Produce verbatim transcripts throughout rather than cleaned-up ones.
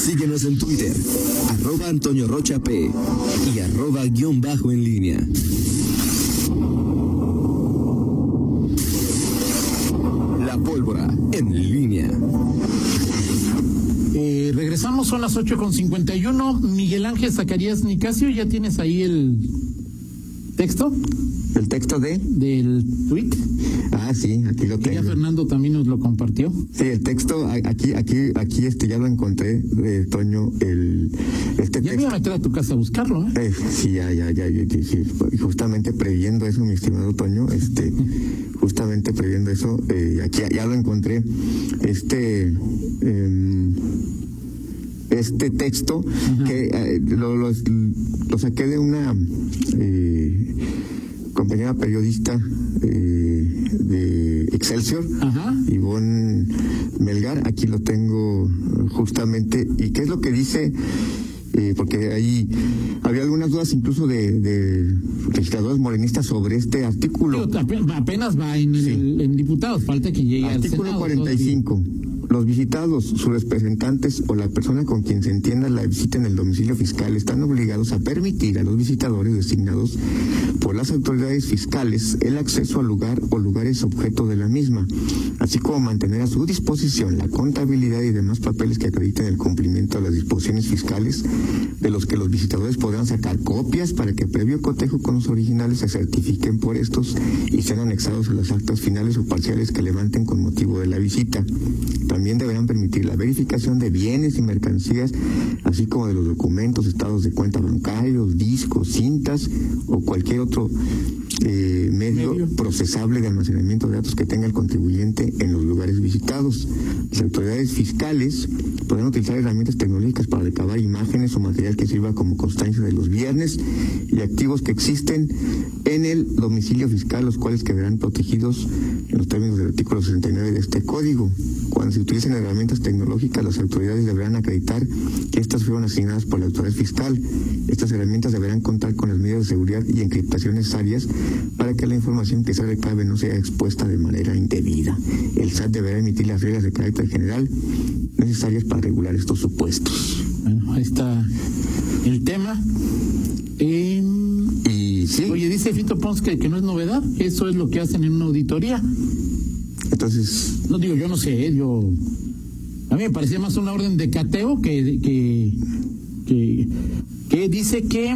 Síguenos en Twitter, arroba Antonio Rocha P y arroba guión bajo en línea. La pólvora en línea. Eh, regresamos, son las ocho con cincuenta y uno. Miguel Ángel Zacarías Nicasio, ¿ya tienes ahí el texto? ¿El texto de? Del tweet. Ah, sí, aquí lo tengo. Ya Fernando también nos lo compartió. Sí, el texto, aquí, aquí, aquí este ya lo encontré, de Toño, el, este ya texto. me voy a meter a tu casa a buscarlo, ¿eh? eh sí, ya, ya, ya, ya, sí, justamente previendo eso, mi estimado Toño, este, justamente previendo eso, eh, aquí ya, ya lo encontré, este, eh, este texto, ajá, que eh, lo, lo, lo saqué de una eh, compañera periodista eh, de Excelsior, ajá, Ivonne Melgar. Aquí lo tengo justamente. ¿Y qué es lo que dice? Eh, porque ahí había algunas dudas incluso de, de legisladores morenistas sobre este artículo. Pero apenas va en, sí, el, en diputados, falta que llegue al Senado. Artículo cuarenta y cinco. Los visitados, sus representantes o la persona con quien se entienda la visita en el domicilio fiscal están obligados a permitir a los visitadores designados por las autoridades fiscales el acceso al lugar o lugares objeto de la misma, así como mantener a su disposición la contabilidad y demás papeles que acrediten el cumplimiento de las disposiciones fiscales, de los que los visitadores podrán sacar copias para que previo cotejo con los originales se certifiquen por estos y sean anexados a las actas finales o parciales que levanten con motivo de la visita. También deberán permitir la verificación de bienes y mercancías, así como de los documentos, estados de cuenta bancarios, discos, cintas o cualquier otro eh, medio, medio procesable de almacenamiento de datos que tenga el contribuyente en los lugares visitados. Las autoridades fiscales podrán utilizar herramientas tecnológicas para recabar imágenes o material que sirva como constancia de los bienes y activos que existen en el domicilio fiscal, los cuales quedarán protegidos en los términos del artículo sesenta y nueve de este código. Cuando se utilicen herramientas tecnológicas, las autoridades deberán acreditar que estas fueron asignadas por la autoridad fiscal. Estas herramientas deberán contar con las medidas de seguridad y encriptación necesarias para que la información que se recabe no sea expuesta de manera indebida. El S A T deberá emitir las reglas de carácter general necesarias para regular estos supuestos. Bueno, ahí está el tema. Eh, y sí. Oye, dice Fito Pons que, que no es novedad, eso es lo que hacen en una auditoría. Entonces, no digo, yo no sé, yo a mí me parecía más una orden de cateo que que que, que dice que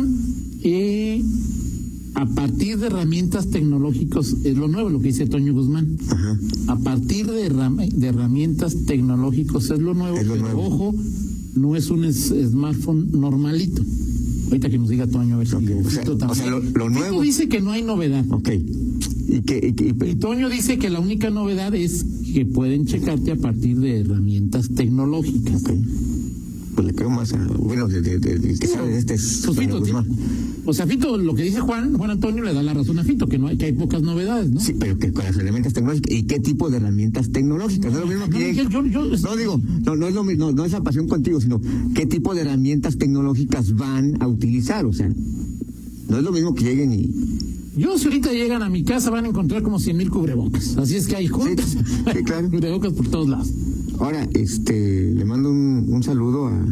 eh, a partir de herramientas tecnológicas es lo nuevo, lo que dice Toño Guzmán. Ajá. A partir de, de herramientas tecnológicas es lo nuevo, es lo pero nuevo. Ojo, no es un es, smartphone normalito. Ahorita que nos diga Toño a ver si okay. o sea, o sea, lo, lo nuevo. Fito dice que no hay novedad. Okay. ¿Y, que, y, que, y, y Toño dice que la única novedad es que pueden checarte a partir de herramientas tecnológicas. Okay. Pues le creo más a, bueno, de, de, de, de que sí, sabe de este es pues Fito, Guzmán. O sea, Fito, lo que dice Juan, Juan Antonio le da la razón a Fito, que no hay, que hay pocas novedades, ¿no? Sí, pero que con las herramientas tecnológicas. ¿Y qué tipo de herramientas tecnológicas? No, no es lo mismo que no, yo, yo, no digo, no, no es lo mismo, no, no es la pasión contigo, sino qué tipo de herramientas tecnológicas van a utilizar, o sea, no es lo mismo que lleguen y yo, si ahorita llegan a mi casa, van a encontrar como cien mil cubrebocas. Así es que hay juntas. Sí, sí, claro. Cubrebocas por todos lados. Ahora, este, le mando un, un saludo a,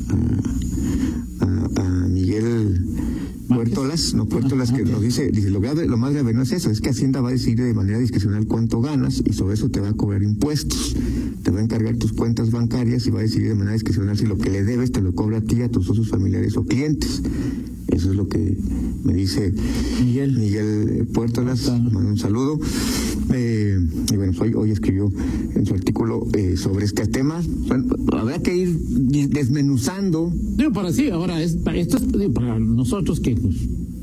a, a, a Miguel Puertolas, no Puertolas, ah, que okay. nos dice, dice, lo, grave, lo más grave no es eso, es que Hacienda va a decidir de manera discrecional cuánto ganas y sobre eso te va a cobrar impuestos. Te va a encargar tus cuentas bancarias y va a decidir de manera discrecional si lo que le debes te lo cobra a ti, a tus socios familiares o clientes. Eso es lo que me dice Miguel, Miguel Puertolas. Le mando un saludo. Eh, y bueno, hoy, hoy escribió en su artículo eh, sobre este tema. Bueno, habrá que ir desmenuzando. Digo, para sí, ahora, es, esto es digo, para nosotros que pues,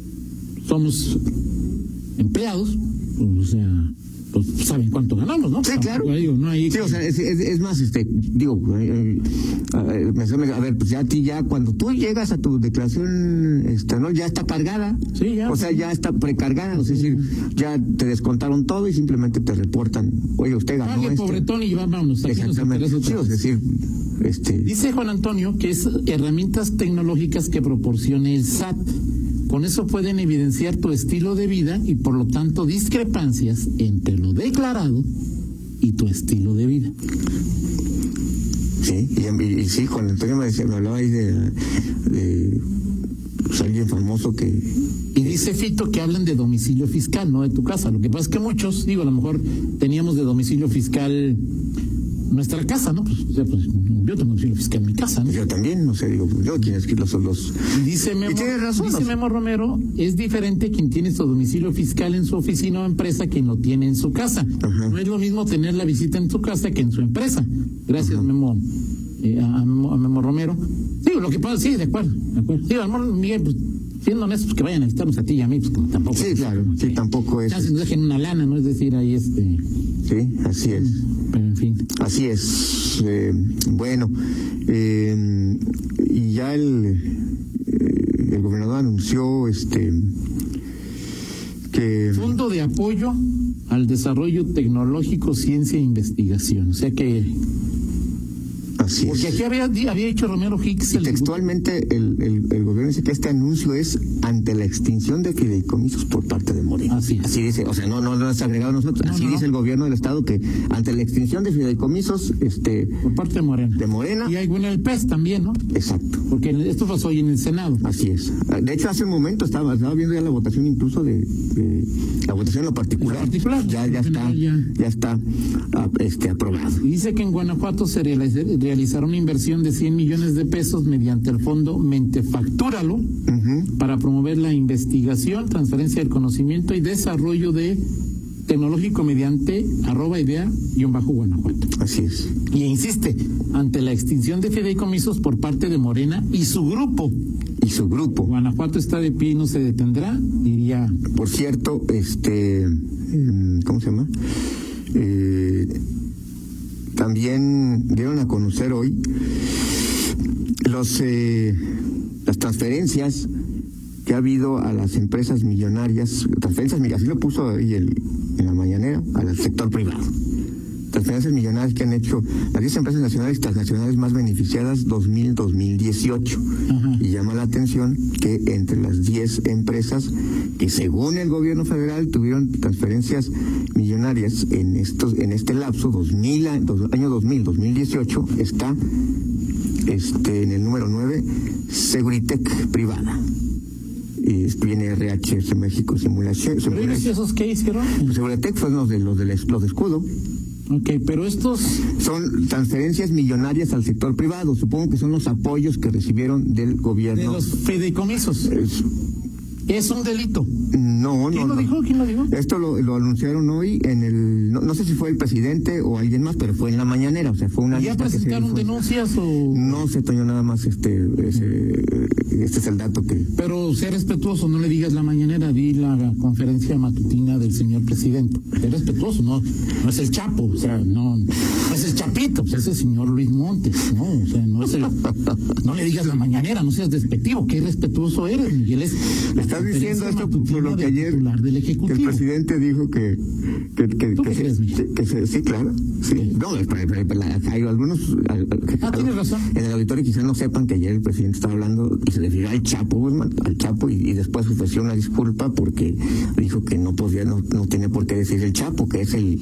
somos empleados, pues, o sea, pues saben cuánto ganamos, ¿no? Sí, claro. Digo, no hay sí, que... o sea, es, es, es más, este, digo, eh, eh, a ver, pues ya a ti ya, cuando tú llegas a tu declaración, este, ¿no? Ya está cargada. Sí, ya. O sea, ya está precargada, o sea, es decir, ya te descontaron todo y simplemente te reportan, oye, usted ganó Pague, esto. pobretón, y vámonos. Exactamente. Sí, es decir, este... Dice Juan Antonio que es herramientas tecnológicas que proporcione el S A T. Con eso pueden evidenciar tu estilo de vida y por lo tanto discrepancias entre lo declarado y tu estilo de vida. Sí, y, y, y sí, Juan Antonio me decía, me hablaba ahí de, de pues, alguien famoso que... Y dice Fito que hablan de domicilio fiscal, no de tu casa. Lo que pasa es que muchos, digo, a lo mejor teníamos de domicilio fiscal nuestra casa, ¿no? Pues, o sea, pues yo tengo domicilio fiscal en mi casa, ¿no? Yo también, no sé, digo, yo tienes que los... los... Y dice Memo, y tienes razón, dice o sea... Memo Romero, es diferente quien tiene su domicilio fiscal en su oficina o empresa que quien lo tiene en su casa. Ajá. No es lo mismo tener la visita en su casa que en su empresa. Gracias, Ajá. Memo. Eh, a, Memo, a Memo Romero. Digo, lo que pasa, sí, de acuerdo, de acuerdo. Digo, amor, Miguel, pues, siendo honestos, pues que vayan a visitarnos a ti y a mí, pues como tampoco. Sí, claro, sí, sí, tampoco es. Ya si nos dejen una lana, ¿no? Es decir, ahí este. Sí, así es. Pero en fin. Así es. Eh, bueno, eh, y ya el, eh, el gobernador anunció este que. Fondo de apoyo al desarrollo tecnológico, ciencia e investigación. O sea que. Así Porque es. aquí había, había dicho Romero Hicks. Y textualmente el, el, el gobierno dice que este anuncio es ante la extinción de fideicomisos por parte de Morena. Así, así dice, o sea, no no no es agregado a nosotros, no, así no. Dice el gobierno del estado que ante la extinción de fideicomisos este por parte de Morena. De Morena. Y hay bueno el P E S también, ¿no? Exacto. Porque esto pasó hoy en el Senado. Así es. De hecho, hace un momento estaba, estaba viendo ya la votación incluso de, de la votación en lo particular. En lo particular. Ya ya está ya, ya está este aprobado. Y dice que en Guanajuato se realiza, realizará una inversión de cien millones de pesos mediante el fondo Mentefactúralo uh-huh. para promover la investigación, transferencia del conocimiento y desarrollo de tecnológico mediante arroba idea guión bajo Guanajuato. Así es. Y insiste, ante la extinción de fideicomisos por parte de Morena y su grupo. Y su grupo. Guanajuato está de pie y no se detendrá, diría. Por cierto, este, ¿cómo se llama? Eh, también dieron a conocer hoy los eh, las transferencias que ha habido a las empresas millonarias, transferencias, así lo puso ahí el, en la mañanera, al sector privado. Transferencias millonarias que han hecho las diez empresas nacionales y transnacionales más beneficiadas dos mil a dos mil dieciocho. Uh-huh. Y llama la atención que entre las diez empresas que según el gobierno federal tuvieron transferencias millonarias en estos en este lapso dos mil, dos, año dos mil, dos mil dieciocho está este en el número nueve Seguritech privada. Y viene R H S México Simulación. ¿Pero esos qué hicieron? Seguritech fueron los de los de, los de escudo. Ok, pero estos... Son transferencias millonarias al sector privado. Supongo que son los apoyos que recibieron del gobierno. De los fideicomisos. Es, ¿Es un delito? No, no. ¿Quién lo no. dijo? ¿Quién lo dijo? Esto lo, lo anunciaron hoy en el... No, no sé si fue el presidente o alguien más, pero fue en la mañanera. O sea, fue una... ¿Ya presentaron denuncias o...? No sé, Toño, nada más este... Ese, este es el dato que... Pero sea respetuoso, no le digas la mañanera, di la conferencia matutina del señor presidente. Sea respetuoso, no, no es el Chapo, o sea, no, no es el Chapito, o sea, es el señor Luis Montes, no, o sea, no es el... No le digas la mañanera, no seas despectivo, qué respetuoso eres, Miguel. Es Estás diciendo esto por lo que ayer del que el presidente dijo que... que, que, ¿Tú que, qué se, crees, que, que se, sí, claro, sí. sí. No, hay algunos... Ah, tienes razón. En el auditorio quizás no sepan que ayer el presidente estaba hablando y se refirió al Chapo, al Chapo, y, y después ofreció una disculpa porque dijo que no podía, no, no tiene por qué decir el Chapo, que es el...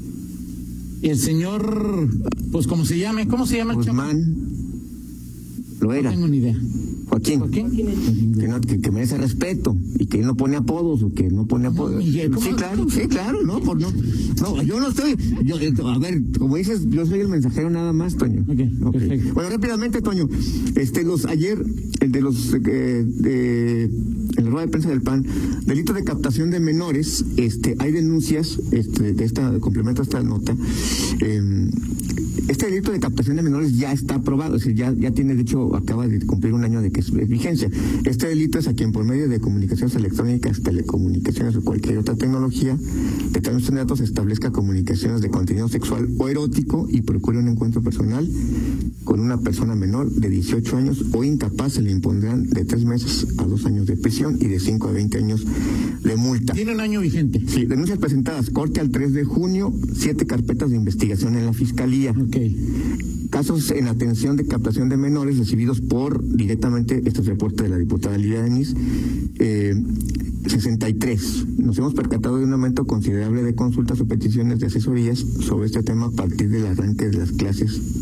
El señor, pues como se llame, ¿cómo se llama el Guzmán, Chapo? Lo era. No tengo ni idea. Joaquín, ¿Joaquín? ¿Quién es? Que, no, que, que merece respeto y que no pone apodos o que no pone apodos. No, Miguel, sí, claro, sí, claro, no, por no, no, yo no estoy, yo, a ver, como dices, yo soy el mensajero nada más, Toño. Okay, okay. Perfecto. Bueno, rápidamente, Toño, este, los ayer, el de los, eh, de, en la rueda de prensa del P A N, delito de captación de menores, este, hay denuncias, este, de esta, complemento a esta nota, eh, este delito de captación de menores ya está aprobado, es decir, ya, ya tiene, de hecho, acaba de cumplir un año de que es vigencia. Este delito es a quien por medio de comunicaciones electrónicas, telecomunicaciones o cualquier otra tecnología de transmisión de datos establezca comunicaciones de contenido sexual o erótico y procure un encuentro personal con una persona menor de dieciocho años o incapaz, se le impondrán de tres meses a dos años de prisión y de cinco a veinte años de multa. Tiene un año vigente. Sí, denuncias presentadas, corte al tres de junio, siete carpetas de investigación en la Fiscalía. Okay. Casos en atención de captación de menores recibidos por directamente, este es el reporte de la diputada Lidia Denis, eh, sesenta y tres. Nos hemos percatado de un aumento considerable de consultas o peticiones de asesorías sobre este tema a partir del arranque de las clases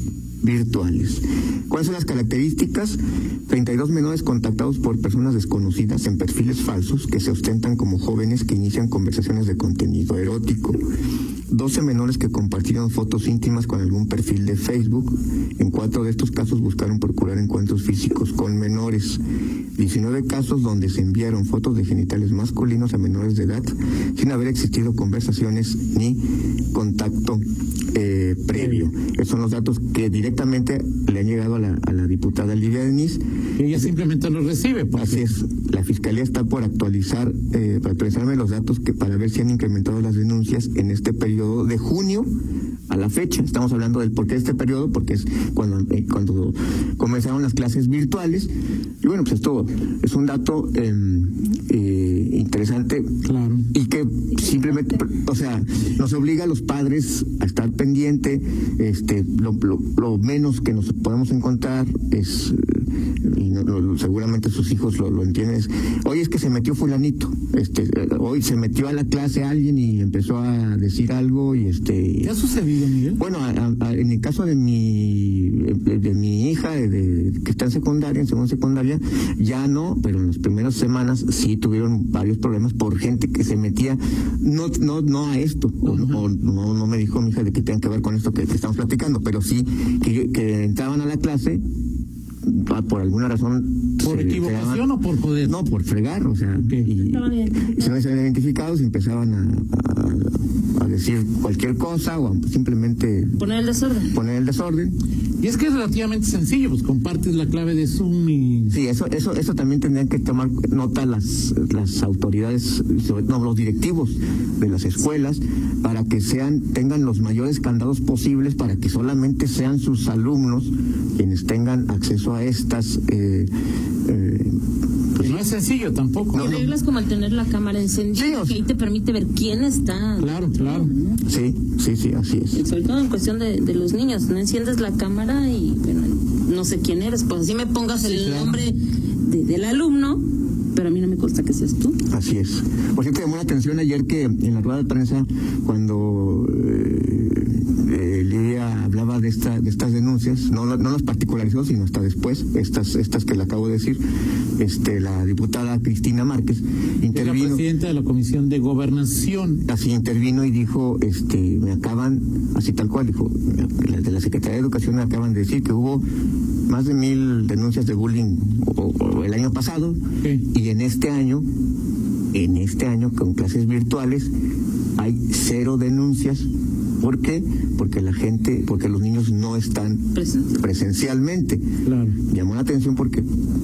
virtuales. ¿Cuáles son las características? treinta y dos menores contactados por personas desconocidas en perfiles falsos que se ostentan como jóvenes que inician conversaciones de contenido erótico. doce menores que compartieron fotos íntimas con algún perfil de Facebook. En cuatro de estos casos buscaron procurar encuentros físicos con menores. diecinueve casos donde se enviaron fotos de genitales masculinos a menores de edad sin haber existido conversaciones ni contacto eh, previo. Esos son los datos que directamente le han llegado a la, a la diputada Lidia Denis. Ella simplemente los recibe. Porque... Así es. La Fiscalía está por actualizar, eh, para actualizarme los datos que para ver si han incrementado las denuncias en este periodo de junio a la fecha. Estamos hablando del por qué este periodo, porque es cuando eh, cuando comenzaron las clases virtuales. Y bueno, pues esto es un dato eh, eh, interesante. Claro. Y que simplemente, o sea, nos obliga a los padres a estar pendiente. Este, lo, lo, lo menos que nos podemos encontrar es, y no, lo, seguramente sus hijos lo, lo entienden, es, hoy es que se metió fulanito, este, hoy se metió a la clase alguien y empezó a decir algo y este. ¿Qué ha sucedido, Miguel? Bueno, a, a, en el caso de mi de, de mi hija, de, de, que está en secundaria, en segunda secundaria, ya no, pero en las primeras semanas sí tuvieron varios problemas por gente que se metía, no no no a esto, o, o no, no me dijo mi hija de que tenga que ver con esto que, que estamos platicando, pero sí que, que entraban a la clase por alguna razón. ¿Por se, equivocación se daban, o por joder? No, por fregar, o sea, okay. y, y se no se habían identificado y empezaban a, a, a decir cualquier cosa o a simplemente poner el desorden. Poner el desorden. Y es que es relativamente sencillo, pues compartes la clave de Zoom y... Sí, eso eso eso también tendrían que tomar nota las las autoridades, sobre, no, los directivos de las escuelas, para que sean tengan los mayores candados posibles para que solamente sean sus alumnos quienes tengan acceso a estas... Eh, eh, pues no es sencillo tampoco. Y reglas como al tener la cámara encendida, sí, o sea, que ahí te permite ver quién está. Claro, claro. Sí, sí, sí, así es. Y sobre todo en cuestión de, de los niños, no enciendes la cámara y bueno, no sé quién eres, pues así me pongas el sí, claro. nombre de, del alumno, pero a mí no me consta que seas tú. Así es. Por cierto, llamó la atención ayer que en la rueda de prensa, cuando eh, eh, Lidia hablaba de esta de estas denuncias, no, no las particularizó, sino hasta después, estas estas que le acabo de decir, este la diputada Cristina Márquez intervino. Es la presidenta de la Comisión de Gobernación. Así intervino y dijo, este me acaban, así tal cual, dijo, de la Secretaría de Educación me acaban de decir que hubo más de mil denuncias de bullying o, o el año pasado, okay. Y en este año, en este año con clases virtuales hay cero denuncias. ¿Por qué? Porque la gente, porque los niños no están Presencial. presencialmente. Claro. Llamó la atención porque...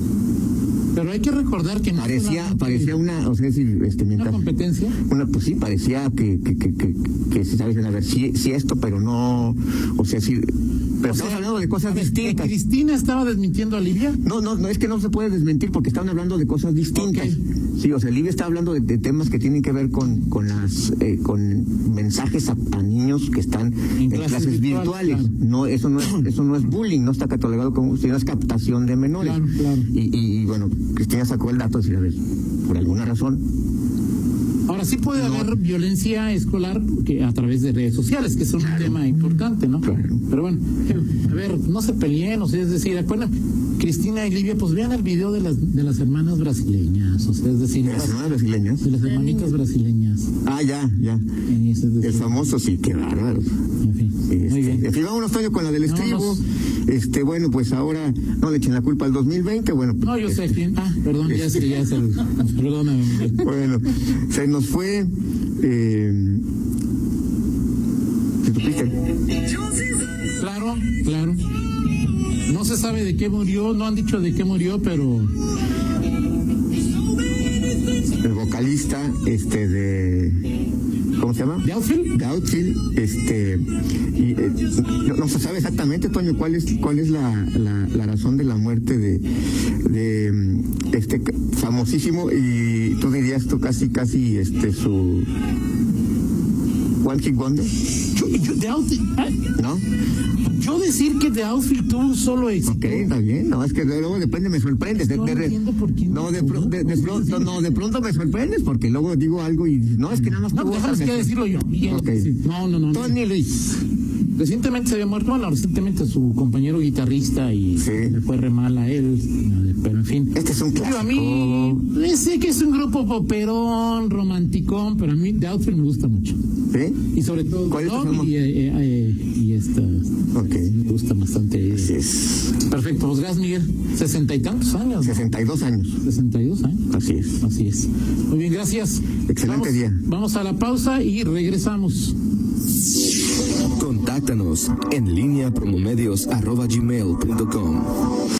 Pero hay que recordar que no parecía una, parecía una, o sea, decir, este, mientras, una competencia. Una, pues sí, parecía que que que que, que se sabe a ver si si esto, pero no, o sea, sí. Pero o estamos sea, hablando de cosas ver, distintas. ¿Cristina estaba desmintiendo a Livia? No, no, no, es que no se puede desmentir porque estaban hablando de cosas distintas. Okay. Sí, o sea, Livia está hablando de, de temas que tienen que ver con con las eh, con mensajes a, a niños que están en, en clases, clases virtuales. Claro. No, eso no es eso no es bullying, no está catalogado como, sino es captación de menores. Claro, claro. Y, y, y bueno, Cristina sacó el dato de decir, a ver, por alguna razón. Ahora sí puede no. haber violencia escolar que a través de redes sociales, que es un claro. tema importante, ¿no? Claro. Pero bueno, a ver, no se peleen, o sea, es decir, acuerdan, Cristina y Livia, pues vean el video de las de las hermanas brasileñas, o sea, es decir, ¿de las hermanas brasileñas? De las hermanitas brasileñas. Ah, ya, ya. Es decir, el famoso, sí, qué bárbaro. En fin, este, muy bien. En fin, vámonos, Toño, con la del estribo. Vámonos. Este, bueno, pues ahora no le echen la culpa al dos mil veinte, bueno. Pues, no, yo este, sé quién. Ah, perdón, ya sé, ya sé. Perdóname. Bueno, se nos fue. Eh, ¿Te supiste? Claro, claro. No se sabe de qué murió, no han dicho de qué murió, pero el vocalista, este, de, ¿cómo se llama? ¿De Outfield? De Outfield, este, y, eh, no, no se sabe exactamente, Toño, cuál es cuál es la, la, la razón de la muerte de, de este famosísimo, y tú dirías tú casi casi este su One Hit Wonder. Yo, yo, de Outfield, ¿eh? ¿No? Yo decir que The Outfield tuvo un solo éxito. Ok, está bien. No, es que luego depende, me sorprendes. No, de, de, entiendo por qué no, de, pro, de, de, pronto, no, de pronto me sorprendes porque luego digo algo y no, es que nada más no, tuvo déjame que decirlo yo. Miguel, okay. Sí. No, no, no. Tony no. Luis. recientemente se había muerto, bueno, recientemente su compañero guitarrista y Sí. le fue re mal a él, pero en fin. Este es un Pero a clásico. mí, eh, sé que es un grupo poperón, romanticón, pero a mí The Outfield me gusta mucho. ¿Sí? Y sobre todo ¿Cuál es tu Love famoso? y, eh, eh, y esta Ok. me gusta bastante. Así es. Perfecto, pues gracias Miguel, sesenta y tantos años, ¿no? sesenta y dos años. sesenta y dos años. Así es. Así es. Muy bien, gracias. Excelente vamos, día. Vamos a la pausa y regresamos. Contáctanos en línea promomedios arroba gmail punto com.